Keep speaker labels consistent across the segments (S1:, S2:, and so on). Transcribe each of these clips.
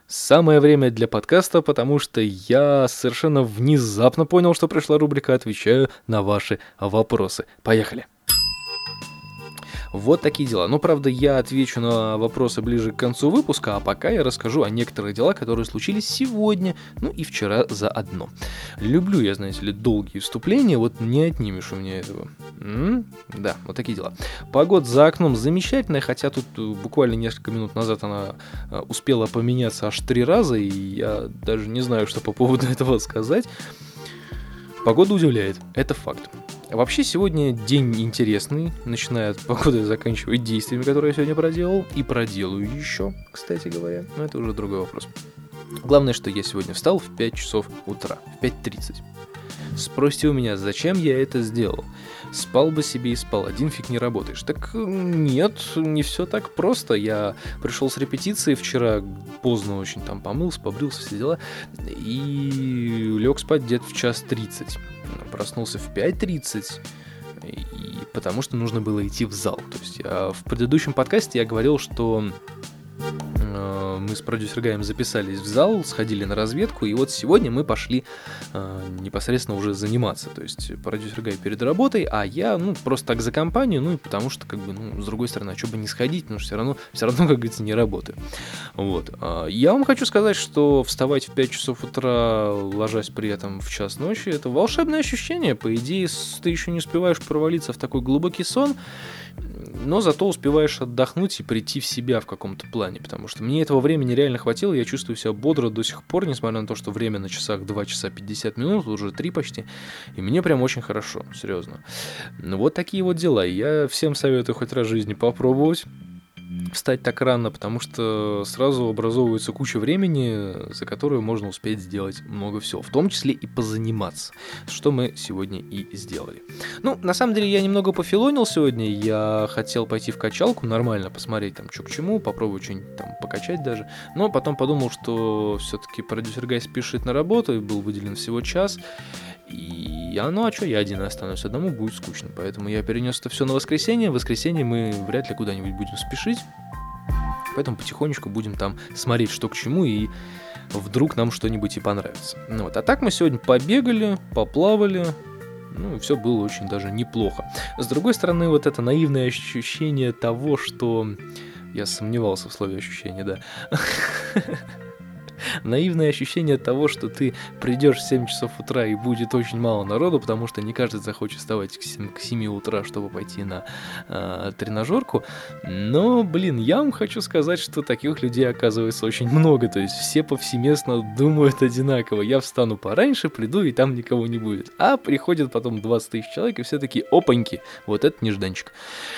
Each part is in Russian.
S1: Самое время для подкаста, потому что я совершенно внезапно понял, что пришла рубрика «Отвечаю на ваши вопросы». Поехали! Вот такие дела. Ну, правда, я отвечу на вопросы ближе к концу выпуска, а пока я расскажу о некоторых делах, которые случились сегодня, ну и вчера заодно. Люблю я, знаете ли, долгие вступления, вот не отнимешь у меня этого. Да, вот такие дела. Погода за окном замечательная, хотя тут буквально несколько минут назад она успела поменяться аж 3 раза, и я даже не знаю, что по поводу этого сказать. Погода удивляет, это факт. Вообще сегодня день интересный, начиная от погоды и заканчивая действиями, которые я сегодня проделал, и проделаю еще, кстати говоря, но это уже другой вопрос. Главное, что я сегодня встал в 5 часов утра, в 5:30. Спросите у меня, зачем я это сделал? Спал бы себе и спал, один фиг не работаешь. Так нет, не все так просто. Я пришел с репетиции вчера, поздно очень, там помылся, побрился, все дела, и лег спать где-то в 1:30. Проснулся в 5:30, потому что нужно было идти в зал. То есть в предыдущем подкасте я говорил, что мы с продюсер-гаем записались в зал, сходили на разведку, и вот сегодня мы пошли непосредственно уже заниматься. То есть продюсер-гай перед работой, а я, просто так за компанию, и потому что, с другой стороны, а что бы не сходить, потому что все равно, как говорится, не работаю. Вот. Я вам хочу сказать, что вставать в 5 часов утра, ложась при этом в 1 ночи, это волшебное ощущение. По идее, ты еще не успеваешь провалиться в такой глубокий сон, но зато успеваешь отдохнуть и прийти в себя в каком-то плане, потому что мне этого времени реально хватило, я чувствую себя бодро до сих пор, несмотря на то, что время на часах 2 часа 50 минут, уже 3 почти, и мне прям очень хорошо, серьезно. Вот такие вот дела, я всем советую хоть раз в жизни попробовать встать так рано, потому что сразу образовывается куча времени, за которую можно успеть сделать много всего, в том числе и позаниматься, что мы сегодня и сделали. На самом деле я немного пофилонил сегодня, я хотел пойти в качалку, нормально посмотреть там, что к чему, попробовать что-нибудь там покачать даже, но потом подумал, что все-таки продюсер-гай спешит на работу, и был выделен всего час, и а что, я один останусь, одному будет скучно, поэтому я перенес это все на воскресенье. В воскресенье мы вряд ли куда-нибудь будем спешить, поэтому потихонечку будем там смотреть, что к чему, и вдруг нам что-нибудь и понравится. А так мы сегодня побегали, поплавали, все было очень даже неплохо. С другой стороны, вот это наивное ощущение того, что... Я сомневался в слове «ощущение», да. Наивное ощущение того, что ты придешь в 7 часов утра и будет очень мало народу, потому что не каждый захочет вставать к 7 утра, чтобы пойти на тренажерку. Но, я вам хочу сказать, что таких людей оказывается очень много. То есть все повсеместно думают одинаково. Я встану пораньше, приду, и там никого не будет. А приходит потом 20 тысяч человек, и все такие: опаньки, вот это нежданчик.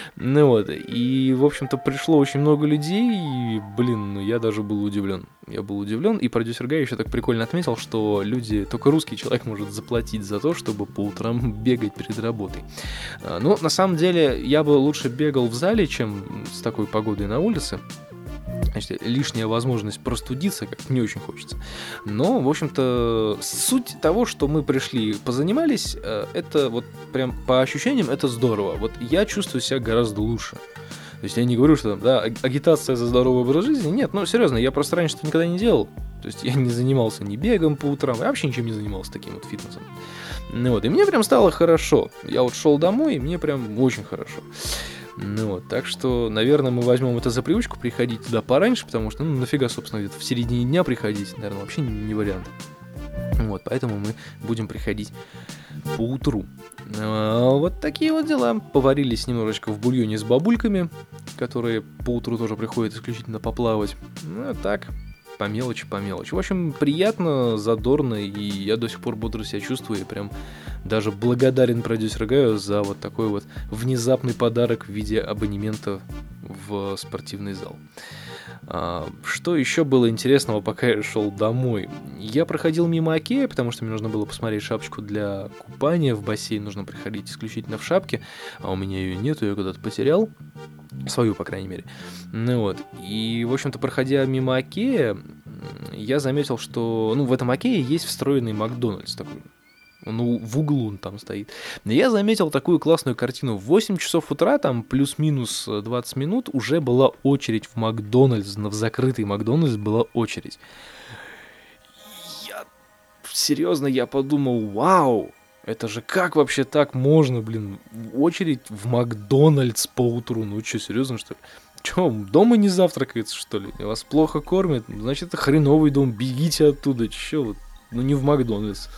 S1: И, в общем-то, пришло очень много людей, и, я даже был удивлен. И продюсер-гай еще так прикольно отметил, что только русский человек может заплатить за то, чтобы по утрам бегать перед работой. На самом деле, я бы лучше бегал в зале, чем с такой погодой на улице. Значит, лишняя возможность простудиться, как не очень хочется. Но, в общем-то, суть того, что мы пришли, позанимались, это вот прям по ощущениям это здорово. Вот я чувствую себя гораздо лучше. То есть я не говорю, что агитация за здоровый образ жизни. Нет, серьезно, я просто раньше это никогда не делал. То есть я не занимался ни бегом по утрам, я вообще ничем не занимался таким вот фитнесом. И мне прям стало хорошо. Я шел домой, и мне прям очень хорошо. Так что, наверное, мы возьмем это за привычку, приходить туда пораньше, потому что, нафига, собственно, где-то в середине дня приходить, наверное, вообще не вариант. Поэтому мы будем приходить по утру. Вот такие вот дела. Поварились немножечко в бульоне с бабульками, которые по утру тоже приходят исключительно поплавать. Так, по мелочи. В общем, приятно, задорно, и я до сих пор бодро себя чувствую, и прям даже благодарен продюсеру-гаю за вот такой вот внезапный подарок в виде абонемента в спортивный зал. Что еще было интересного, пока я шел домой? Я проходил мимо Окея, потому что мне нужно было посмотреть шапочку для купания в бассейн. Нужно приходить исключительно в шапке, а у меня ее нету, я куда-то потерял. Свою, по крайней мере. И, в общем-то, проходя мимо Окея, я заметил, что в этом Окее есть встроенный Макдональдс такой Ну, в углу он там стоит. Но я заметил такую классную картину. В 8 часов утра, там плюс-минус 20 минут, уже была очередь в Макдональдс. В закрытый Макдональдс была очередь. Серьезно, я подумал, вау, это же как вообще так можно, блин, очередь в Макдональдс по утру? Ну что, серьезно, что ли? Че, дома не завтракается, что ли? Вас плохо кормят? Значит, это хреновый дом, бегите оттуда. Че вот? Ну, не в Макдональдс.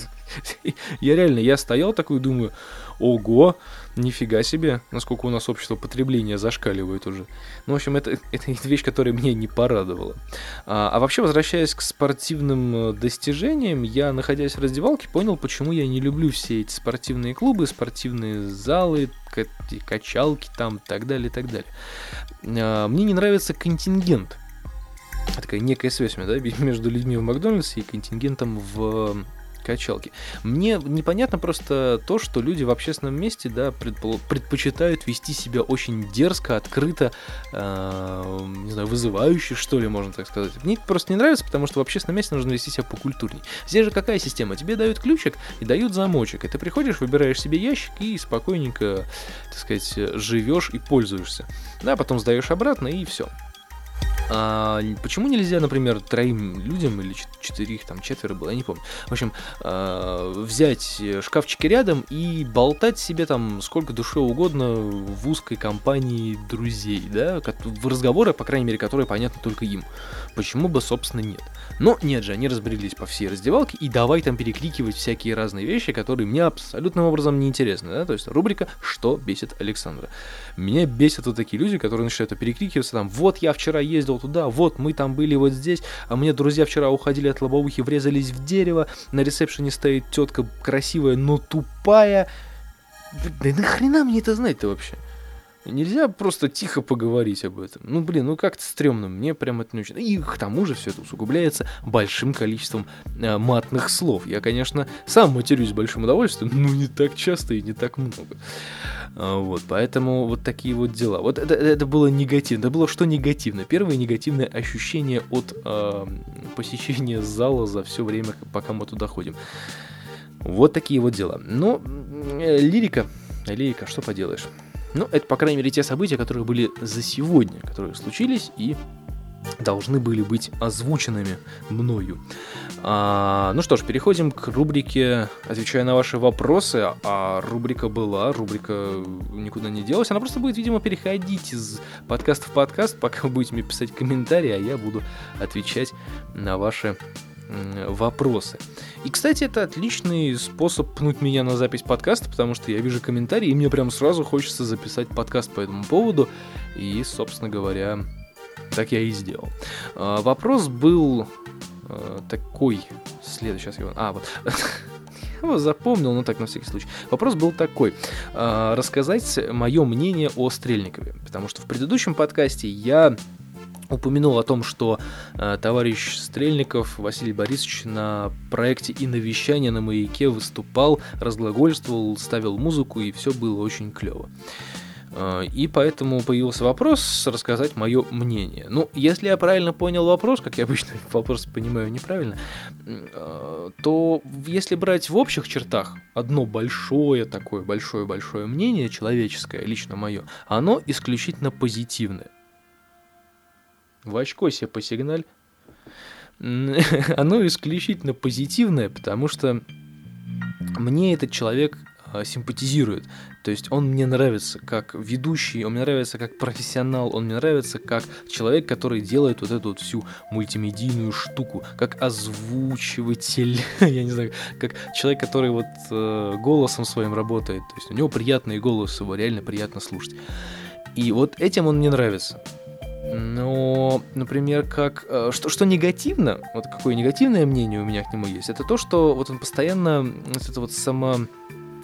S1: Я стоял такой, думаю, ого, нифига себе, насколько у нас общество потребления зашкаливает уже. Ну, в общем, это вещь, которая меня не порадовала. А вообще, возвращаясь к спортивным достижениям, я, находясь в раздевалке, понял, почему я не люблю все эти спортивные клубы, спортивные залы, качалки там, так далее, так далее. Мне не нравится контингент. Такая некая связь у меня, да, между людьми в Макдональдсе и контингентом в качалке. Мне непонятно просто то, что люди в общественном месте, да, предпочитают вести себя очень дерзко, открыто, не знаю, вызывающе, что ли, можно так сказать. Мне это просто не нравится, потому что в общественном месте нужно вести себя покультурней. Здесь же какая система? Тебе дают ключик и дают замочек, и ты приходишь, выбираешь себе ящик и спокойненько, так сказать, живешь и пользуешься. Да, потом сдаешь обратно и все. Почему нельзя, например, 3 людям или 4, там 4 было, я не помню. В общем, взять шкафчики рядом и болтать себе там сколько душе угодно в узкой компании друзей, да, в разговоры, по крайней мере, которые понятны только им. Почему бы, собственно, нет? Но нет же, они разбрелись по всей раздевалке и давай там перекрикивать всякие разные вещи, которые мне абсолютным образом не интересны, да, то есть рубрика «Что бесит Александра?». Меня бесят вот такие люди, которые начинают перекрикиваться там: вот я вчера ездил туда, вот мы там были вот здесь, а мне друзья вчера уходили от лобовухи, врезались в дерево, на ресепшене стоит тетка красивая, но тупая. Да нахрена мне это знать-то вообще? Нельзя просто тихо поговорить об этом. Ну, блин, ну как-то стрёмно, мне прям это не очень. И к тому же все это усугубляется большим количеством матных слов. Я, конечно, сам матерюсь с большим удовольствием, но не так часто и не так много. Вот, поэтому вот такие вот дела. Вот это было негативно. Это было что негативно? Первое негативное ощущение от посещения зала за все время, пока мы туда ходим. Вот такие вот дела. Но лирика, что поделаешь. Ну, это, по крайней мере, те события, которые были за сегодня, которые случились и должны были быть озвученными мною. Ну что ж, переходим к рубрике «Отвечая на ваши вопросы». А рубрика никуда не делась. Она просто будет, видимо, переходить из подкаста в подкаст, пока вы будете мне писать комментарии, а я буду отвечать на ваши вопросы. И, кстати, это отличный способ пнуть меня на запись подкаста, потому что я вижу комментарии, и мне прям сразу хочется записать подкаст по этому поводу. И, собственно говоря, так я и сделал. Вопрос был такой. Сейчас я его... вот. Я его запомнил, но так на всякий случай. Вопрос был такой. Рассказать мое мнение о Стрельникове. Потому что в предыдущем подкасте я упомянул о том, что товарищ Стрельников Василий Борисович на проекте и на вещании на Маяке выступал, разглагольствовал, ставил музыку, и все было очень клево. И поэтому появился вопрос рассказать мое мнение. Ну, если я правильно понял вопрос, как я обычно вопрос понимаю неправильно, то если брать в общих чертах одно большое мнение человеческое, лично мое, оно исключительно позитивное. В очко себе посигналь. Оно исключительно позитивное, потому что мне этот человек симпатизирует. То есть он мне нравится как ведущий, он мне нравится как профессионал, он мне нравится как человек, который делает вот эту вот всю мультимедийную штуку, как озвучиватель, я не знаю, как человек, который вот голосом своим работает. То есть у него приятный голос, его реально приятно слушать. И вот этим он мне нравится. Но, например, что негативно, вот какое негативное мнение у меня к нему есть, это то, что вот он постоянно, вот это вот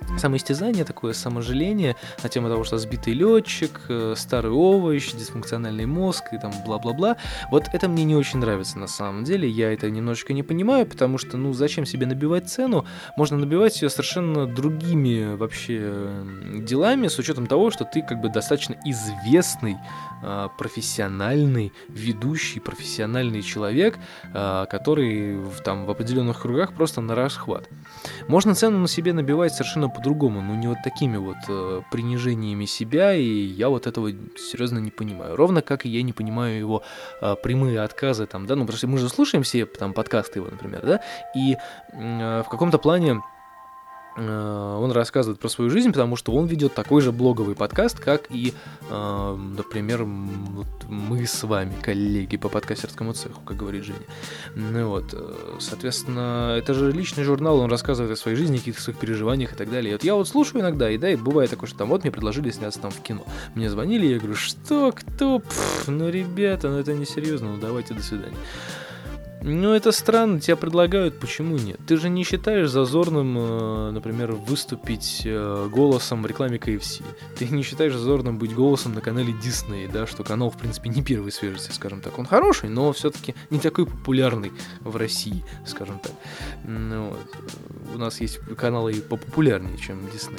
S1: самоистязание, такое саможаление на тему того, что сбитый летчик, старый овощ, дисфункциональный мозг и там бла-бла-бла. Вот это мне не очень нравится на самом деле, я это немножечко не понимаю, потому что, ну, зачем себе набивать цену? Можно набивать ее совершенно другими вообще делами, с учетом того, что ты как бы достаточно известный, профессиональный, ведущий, профессиональный человек, который в определенных кругах просто на расхват. Можно цену на себе набивать совершенно по-другому, но не вот такими вот принижениями себя, и я вот этого серьезно не понимаю. Ровно как и я не понимаю его прямые отказы, там, да, ну, потому что мы же слушаем все там подкасты его, например, да, и в каком-то плане он рассказывает про свою жизнь, потому что он ведет такой же блоговый подкаст, как и, например, вот мы с вами, коллеги по подкастерскому цеху, как говорит Женя. Ну вот, соответственно, это же личный журнал, он рассказывает о своей жизни, каких-то своих переживаниях и так далее. И вот я вот слушаю иногда, и да, и бывает такое, что там вот мне предложили сняться там в кино. Мне звонили, я говорю, что, кто, ну, ребята, ну это несерьезно, ну давайте, до свидания. Ну, это странно, тебя предлагают, почему нет? Ты же не считаешь зазорным, например, выступить голосом в рекламе KFC. Ты не считаешь зазорным быть голосом на канале Disney, да, что канал, в принципе, не первой свежести, скажем так. Он хороший, но все-таки не такой популярный в России, скажем так. Ну, вот. У нас есть каналы и попопулярнее, чем Disney.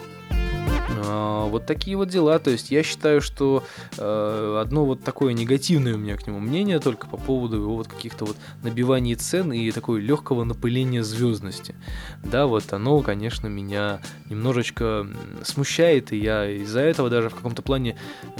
S1: Вот такие вот дела. То есть я считаю, что одно вот такое негативное у меня к нему мнение только по поводу его вот каких-то вот набиваний цен и такой легкого напыления звездности. Да, вот оно, конечно, меня немножечко смущает, и я из-за этого даже в каком-то плане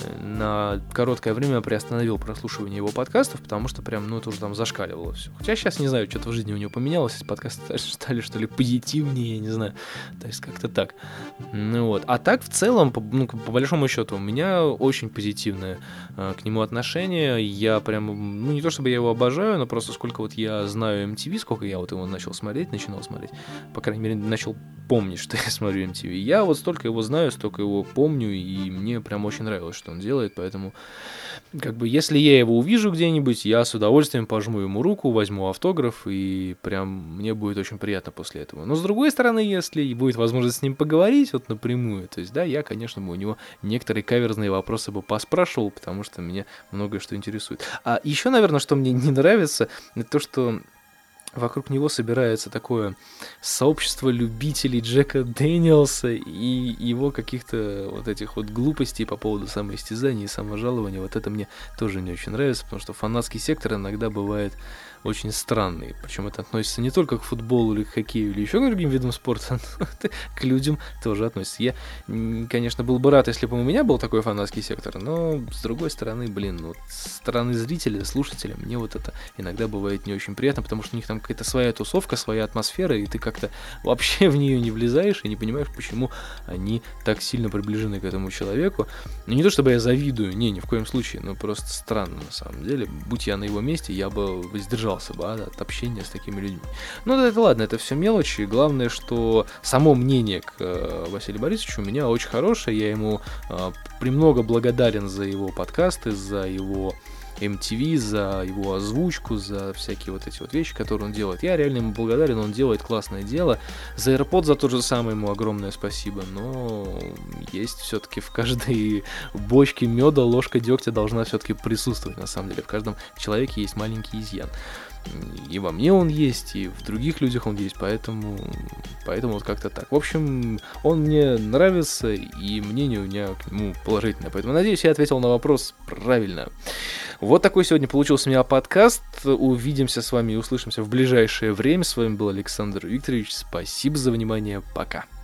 S1: на короткое время приостановил прослушивание его подкастов, потому что прям, ну, это уже там зашкаливало все. Хотя сейчас не знаю, что-то в жизни у него поменялось, если подкасты стали, что ли, позитивнее, я не знаю. То есть как-то так. Ну вот. А так, в целом, по большому счету, у меня очень позитивное к нему отношение. Я прям, ну, не то чтобы я его обожаю, но просто сколько вот я знаю MTV, сколько я вот его начал смотреть, по крайней мере, начал помнить, что я смотрю MTV. Я вот столько его знаю, столько его помню, и мне прям очень нравилось, что он делает, поэтому, как бы, если я его увижу где-нибудь, я с удовольствием пожму ему руку, возьму автограф, и прям мне будет очень приятно после этого. Но, с другой стороны, если будет возможность с ним поговорить вот напрямую, то есть, да, я, конечно, бы у него некоторые каверзные вопросы бы поспрашивал, потому что меня многое что интересует. А еще, наверное, что мне не нравится, это то, что вокруг него собирается такое сообщество любителей Джека Дэниелса и его каких-то вот этих вот глупостей по поводу самоистязания и саможалования. Вот это мне тоже не очень нравится, потому что фанатский сектор иногда бывает очень странный. Причем это относится не только к футболу или к хоккею или еще к другим видам спорта, но это к людям тоже относится. Я, конечно, был бы рад, если бы у меня был такой фанатский сектор, но с другой стороны, вот со стороны зрителя, слушателя, мне вот это иногда бывает не очень приятно, потому что у них там какая-то своя тусовка, своя атмосфера, и ты как-то вообще в нее не влезаешь и не понимаешь, почему они так сильно приближены к этому человеку. Ну, не то чтобы я завидую, ни в коем случае, но просто странно на самом деле. Будь я на его месте, я бы воздержался бы от общения с такими людьми. Ну, это ладно, это все мелочи. Главное, что само мнение к Василию Борисовичу у меня очень хорошее. Я ему премного благодарен за его подкасты, за его MTV, за его озвучку, за всякие вот эти вот вещи, которые он делает. Я реально ему благодарен, он делает классное дело. За AirPods за то же самое ему огромное спасибо, но есть все-таки в каждой бочке меда ложка дегтя должна все-таки присутствовать, на самом деле. В каждом человеке есть маленький изъян. И во мне он есть, и в других людях он есть, поэтому вот как-то так. В общем, он мне нравится, и мнение у меня к нему положительное. Поэтому, надеюсь, я ответил на вопрос правильно. Вот такой сегодня получился у меня подкаст. Увидимся с вами и услышимся в ближайшее время. С вами был Александр Викторович. Спасибо за внимание. Пока.